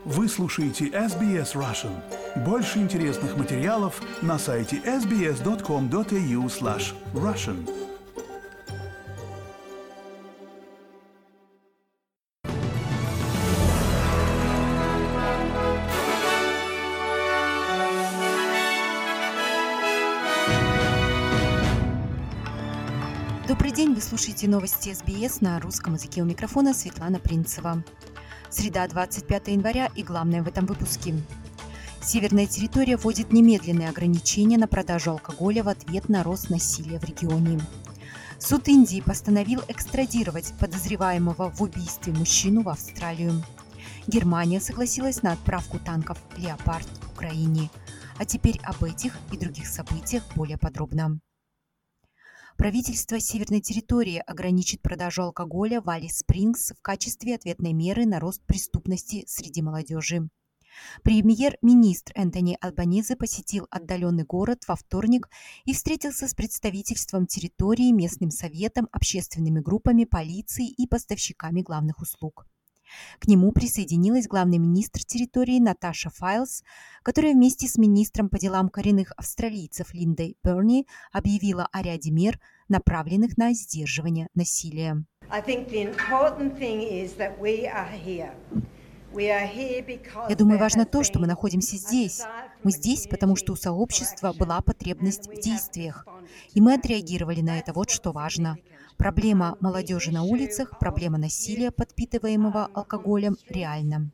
Вы слушаете SBS Russian. Больше интересных материалов на сайте sbs.com.au/russian. Добрый день, вы слушаете новости СБС на русском языке. У микрофона Светлана Принцева. Среда, 25 января, и главное в этом выпуске. Северная территория вводит немедленные ограничения на продажу алкоголя в ответ на рост насилия в регионе. Суд Индии постановил экстрадировать подозреваемого в убийстве мужчину в Австралию. Германия согласилась на отправку танков «Леопард» в Украине. А теперь об этих и других событиях более подробно. Правительство Северной территории ограничит продажу алкоголя в Алис-Спрингс в качестве ответной меры на рост преступности среди молодежи. Премьер-министр Энтони Албанезе посетил отдаленный город во вторник и встретился с представительством территории, местным советом, общественными группами, полицией и поставщиками главных услуг. К нему присоединилась главный министр территории Наташа Файлс, которая вместе с министром по делам коренных австралийцев Линдой Берни объявила о ряде мер, направленных на сдерживание насилия. Я думаю, важно то, что мы находимся здесь. Мы здесь, потому что у сообщества была потребность в действиях. И мы отреагировали на это. Вот что важно. Проблема молодежи на улицах, проблема насилия, подпитываемого алкоголем, реальна.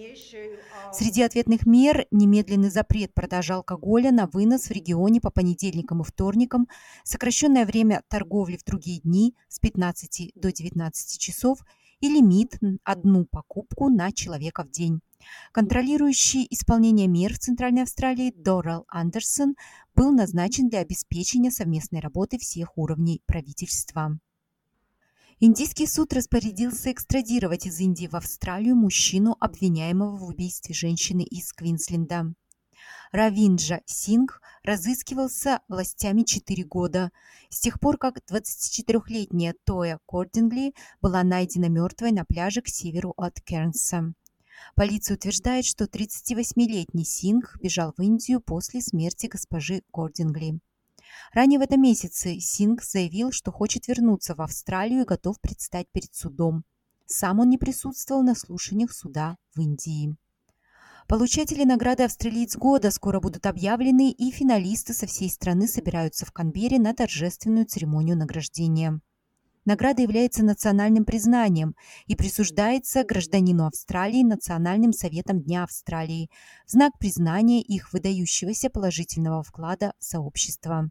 Среди ответных мер – немедленный запрет продажи алкоголя на вынос в регионе по понедельникам и вторникам, сокращенное время торговли в другие дни с 15 до 19 часов и лимит на одну покупку на человека в день. Контролирующий исполнение мер в Центральной Австралии Доррел Андерсон был назначен для обеспечения совместной работы всех уровней правительства. Индийский суд распорядился экстрадировать из Индии в Австралию мужчину, обвиняемого в убийстве женщины из Квинсленда. Равинджа Сингх разыскивался властями 4 года, с тех пор, как 24-летняя Тоя Кордингли была найдена мертвой на пляже к северу от Кернса. Полиция утверждает, что 38-летний Сингх бежал в Индию после смерти госпожи Кордингли. Ранее в этом месяце Сингх заявил, что хочет вернуться в Австралию и готов предстать перед судом. Сам он не присутствовал на слушаниях суда в Индии. Получатели награды «Австралиец года» скоро будут объявлены, и финалисты со всей страны собираются в Канберре на торжественную церемонию награждения. Награда является национальным признанием и присуждается гражданину Австралии Национальным советом Дня Австралии в знак признания их выдающегося положительного вклада в сообщество.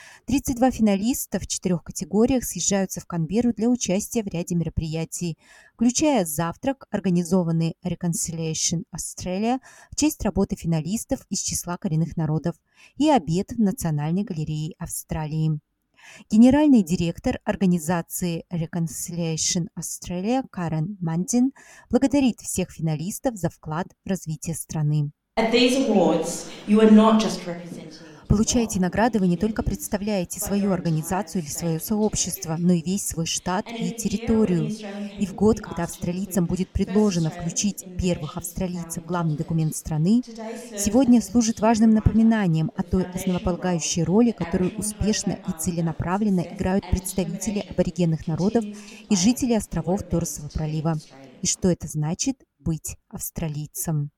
32 финалиста в 4 категориях съезжаются в Канберру для участия в ряде мероприятий, включая завтрак, организованный Reconciliation Australia в честь работы финалистов из числа коренных народов, и обед в Национальной галерее Австралии. Генеральный директор организации Reconciliation Australia Карен Мандин благодарит всех финалистов за вклад в развитие страны. Получаете награды, вы не только представляете свою организацию или свое сообщество, но и весь свой штат и территорию. И в год, когда австралийцам будет предложено включить первых австралийцев в главный документ страны, сегодня служит важным напоминанием о той основополагающей роли, которую успешно и целенаправленно играют представители аборигенных народов и жители островов Торресового пролива. И что это значит быть австралийцем.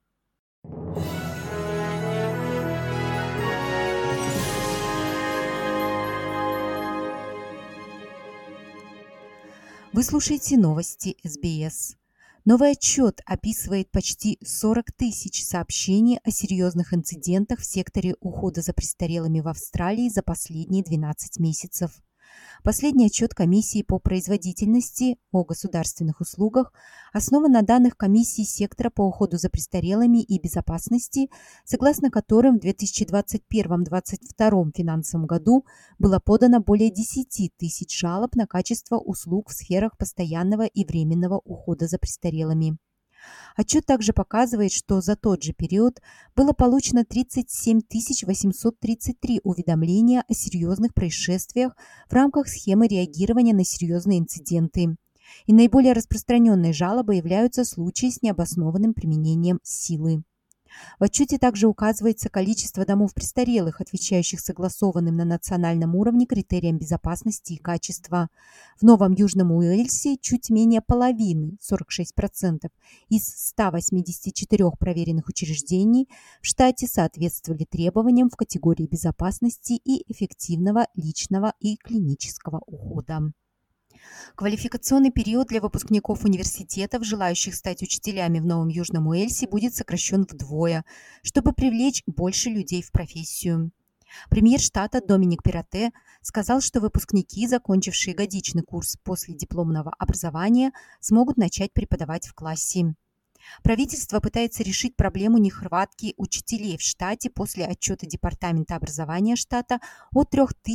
Вы слушаете новости СБС. Новый отчет описывает почти 40 тысяч сообщений о серьезных инцидентах в секторе ухода за престарелыми в Австралии за последние 12 месяцев. Последний отчет Комиссии по производительности о государственных услугах основан на данных Комиссии сектора по уходу за престарелыми и безопасности, согласно которым в 2021-2022 финансовом году было подано более 10 тысяч жалоб на качество услуг в сферах постоянного и временного ухода за престарелыми. Отчет также показывает, что за тот же период было получено 37 833 уведомления о серьезных происшествиях в рамках схемы реагирования на серьезные инциденты. И наиболее распространенной жалобой являются случаи с необоснованным применением силы. В отчете также указывается количество домов престарелых, отвечающих согласованным на национальном уровне критериям безопасности и качества. В Новом Южном Уэльсе чуть менее половины, 46%, из 184 проверенных учреждений в штате соответствовали требованиям в категории безопасности и эффективного личного и клинического ухода. Квалификационный период для выпускников университетов, желающих стать учителями в Новом Южном Уэльсе, будет сокращен вдвое, чтобы привлечь больше людей в профессию. Премьер штата Доминик Перротте сказал, что выпускники, закончившие годичный курс после дипломного образования, смогут начать преподавать в классе. Правительство пытается решить проблему нехватки учителей в штате после отчета Департамента образования штата о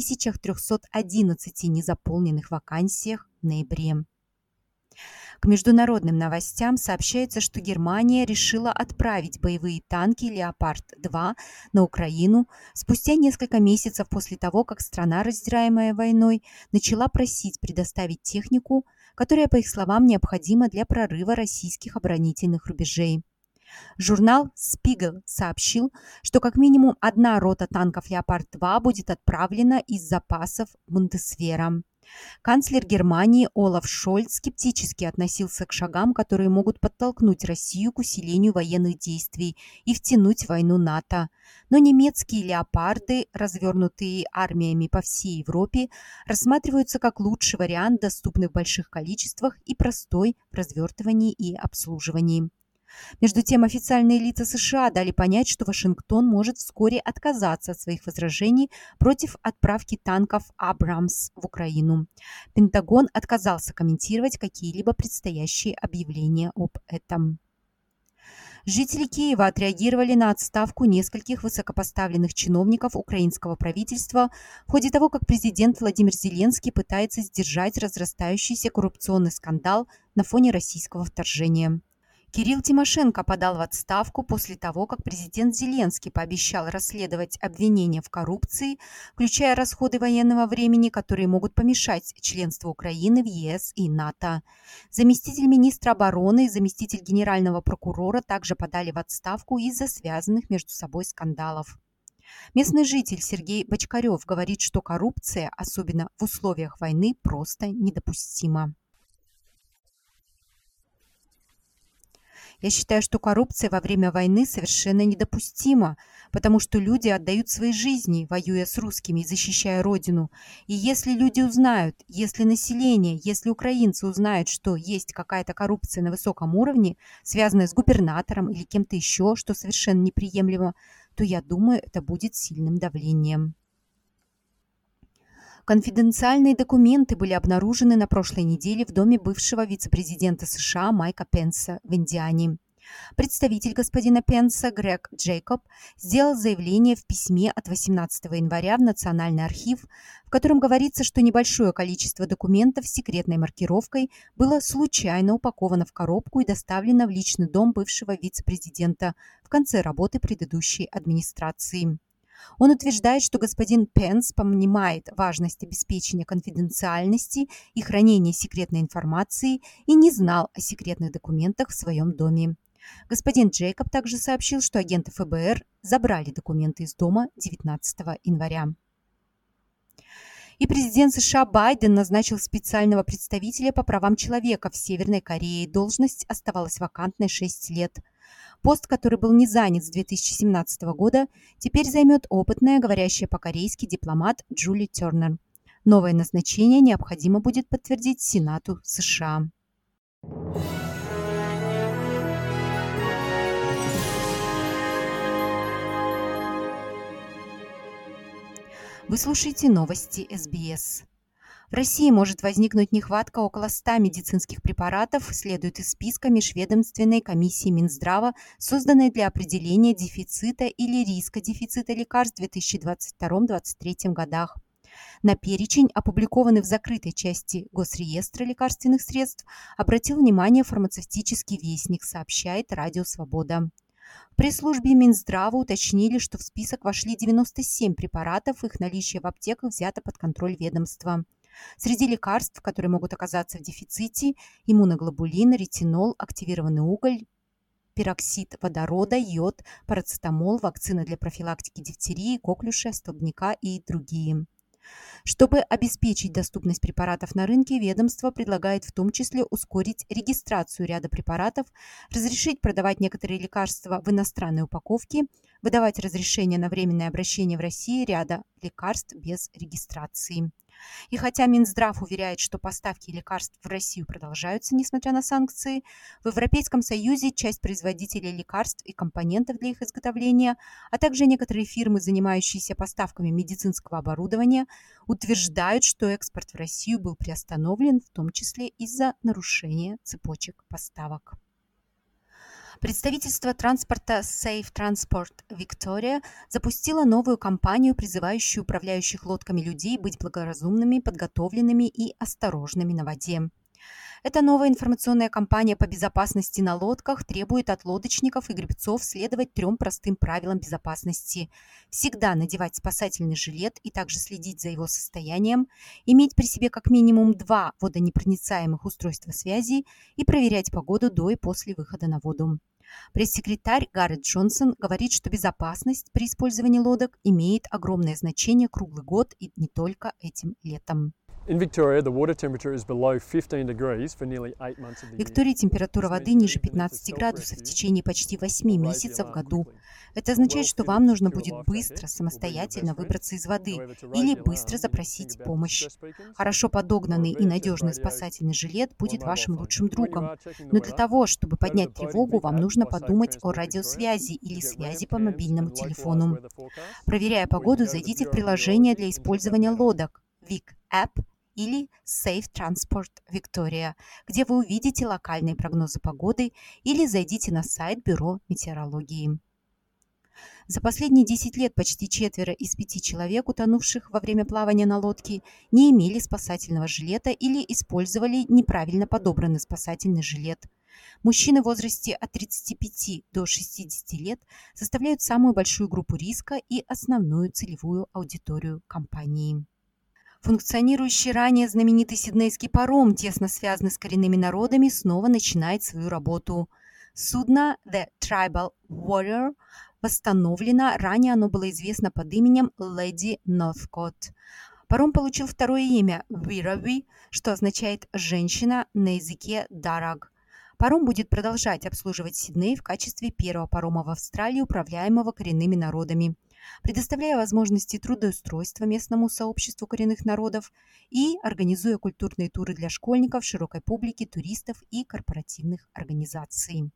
3311 незаполненных вакансиях в ноябре. К международным новостям сообщается, что Германия решила отправить боевые танки «Леопард-2» на Украину спустя несколько месяцев после того, как страна, раздираемая войной, начала просить предоставить технику, которая, по их словам, необходима для прорыва российских оборонительных рубежей. Журнал Spiegel сообщил, что как минимум одна рота танков «Леопард-2» будет отправлена из запасов Бундесвера. Канцлер Германии Олаф Шольц скептически относился к шагам, которые могут подтолкнуть Россию к усилению военных действий и втянуть войну НАТО. Но немецкие «Леопарды», развернутые армиями по всей Европе, рассматриваются как лучший вариант, доступный в больших количествах и простой в развертывании и обслуживании. Между тем, официальные лица США дали понять, что Вашингтон может вскоре отказаться от своих возражений против отправки танков «Абрамс» в Украину. Пентагон отказался комментировать какие-либо предстоящие объявления об этом. Жители Киева отреагировали на отставку нескольких высокопоставленных чиновников украинского правительства в ходе того, как президент Владимир Зеленский пытается сдержать разрастающийся коррупционный скандал на фоне российского вторжения. Кирилл Тимошенко подал в отставку после того, как президент Зеленский пообещал расследовать обвинения в коррупции, включая расходы военного времени, которые могут помешать членству Украины в ЕС и НАТО. Заместитель министра обороны и заместитель генерального прокурора также подали в отставку из-за связанных между собой скандалов. Местный житель Сергей Бочкарев говорит, что коррупция, особенно в условиях войны, просто недопустима. Я считаю, что коррупция во время войны совершенно недопустима, потому что люди отдают свои жизни, воюя с русскими и защищая Родину. И если люди узнают, если население, если украинцы узнают, что есть какая-то коррупция на высоком уровне, связанная с губернатором или кем-то еще, что совершенно неприемлемо, то я думаю, это будет сильным давлением. Конфиденциальные документы были обнаружены на прошлой неделе в доме бывшего вице-президента США Майка Пенса в Индиане. Представитель господина Пенса Грег Джейкоб сделал заявление в письме от 18 января в Национальный архив, в котором говорится, что небольшое количество документов с секретной маркировкой было случайно упаковано в коробку и доставлено в личный дом бывшего вице-президента в конце работы предыдущей администрации. Он утверждает, что господин Пенс понимает важность обеспечения конфиденциальности и хранения секретной информации и не знал о секретных документах в своем доме. Господин Джейкоб также сообщил, что агенты ФБР забрали документы из дома 19 января. И президент США Байден назначил специального представителя по правам человека в Северной Корее. Должность оставалась вакантной 6 лет. Пост, который был не занят с 2017 года, теперь займет опытная, говорящая по-корейски дипломат Джули Тернер. Новое назначение необходимо будет подтвердить Сенату США. Вы слушаете новости СБС. В России может возникнуть нехватка около 100 медицинских препаратов, следует из списка Межведомственной комиссии Минздрава, созданной для определения дефицита или риска дефицита лекарств в 2022-2023 годах. На перечень, опубликованный в закрытой части Госреестра лекарственных средств, обратил внимание фармацевтический вестник, сообщает Радио Свобода. В пресс-службе Минздрава уточнили, что в список вошли 97 препаратов, их наличие в аптеках взято под контроль ведомства. Среди лекарств, которые могут оказаться в дефиците, иммуноглобулин, ретинол, активированный уголь, пероксид водорода, йод, парацетамол, вакцина для профилактики дифтерии, коклюша, столбняка и другие. Чтобы обеспечить доступность препаратов на рынке, ведомство предлагает в том числе ускорить регистрацию ряда препаратов, разрешить продавать некоторые лекарства в иностранной упаковке, выдавать разрешение на временное обращение в России ряда лекарств без регистрации. И хотя Минздрав уверяет, что поставки лекарств в Россию продолжаются, несмотря на санкции, в Европейском Союзе часть производителей лекарств и компонентов для их изготовления, а также некоторые фирмы, занимающиеся поставками медицинского оборудования, утверждают, что экспорт в Россию был приостановлен, в том числе из-за нарушения цепочек поставок. Представительство транспорта Safe Transport Victoria запустило новую кампанию, призывающую управляющих лодками людей быть благоразумными, подготовленными и осторожными на воде. Эта новая информационная кампания по безопасности на лодках требует от лодочников и гребцов следовать 3 простым правилам безопасности. Всегда надевать спасательный жилет и также следить за его состоянием, иметь при себе как минимум 2 водонепроницаемых устройства связи и проверять погоду до и после выхода на воду. Пресс-секретарь Гаррет Джонсон говорит, что безопасность при использовании лодок имеет огромное значение круглый год и не только этим летом. В Виктории температура воды ниже 15 градусов в течение почти 8 месяцев в году. Это означает, что вам нужно будет быстро, самостоятельно выбраться из воды или быстро запросить помощь. Хорошо подогнанный и надежный спасательный жилет будет вашим лучшим другом. Но для того, чтобы поднять тревогу, вам нужно подумать о радиосвязи или связи по мобильному телефону. Проверяя погоду, зайдите в приложение для использования лодок Vic App или Safe Transport Victoria, где вы увидите локальные прогнозы погоды, или зайдите на сайт Бюро метеорологии. За последние 10 лет почти 4 из 5 человек, утонувших во время плавания на лодке, не имели спасательного жилета или использовали неправильно подобранный спасательный жилет. Мужчины в возрасте от 35 до 60 лет составляют самую большую группу риска и основную целевую аудиторию компании. Функционирующий ранее знаменитый сиднейский паром, тесно связанный с коренными народами, снова начинает свою работу. Судно The Tribal Warrior восстановлено, ранее оно было известно под именем Lady Northcote. Паром получил второе имя Wirrawee, что означает «женщина» на языке Дараг. Паром будет продолжать обслуживать Сидней в качестве первого парома в Австралии, управляемого коренными народами, предоставляя возможности трудоустройства местному сообществу коренных народов и организуя культурные туры для школьников, широкой публики, туристов и корпоративных организаций.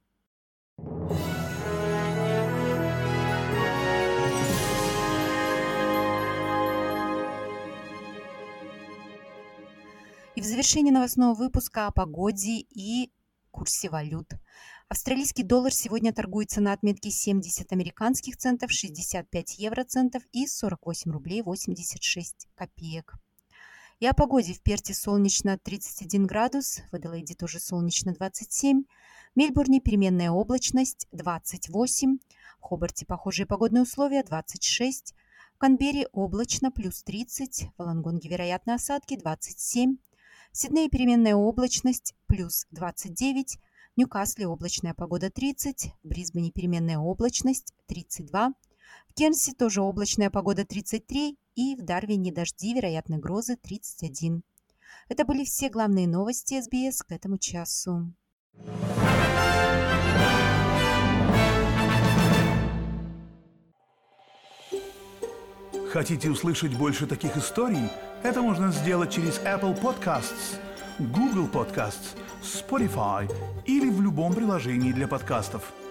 И в завершении новостного выпуска о погоде и курсе валют. Австралийский доллар сегодня торгуется на отметке 70 американских центов, 65 евроцентов и 48 рублей 86 копеек. И о погоде. В Перте солнечно 31 градус, в Аделаиде тоже солнечно 27, в Мельбурне переменная облачность 28, в Хобарте похожие погодные условия 26, в Канберре облачно плюс 30, в Волонгонге вероятны осадки 27, в Сиднее переменная облачность плюс 29, в Ньюкасле облачная погода 30, в Брисбене переменная облачность 32, в Кернсе тоже облачная погода 33 и в Дарвине дожди, вероятны грозы 31. Это были все главные новости СБС к этому часу. Хотите услышать больше таких историй? Это можно сделать через Apple Podcasts, Google Podcasts, Spotify или в любом приложении для подкастов.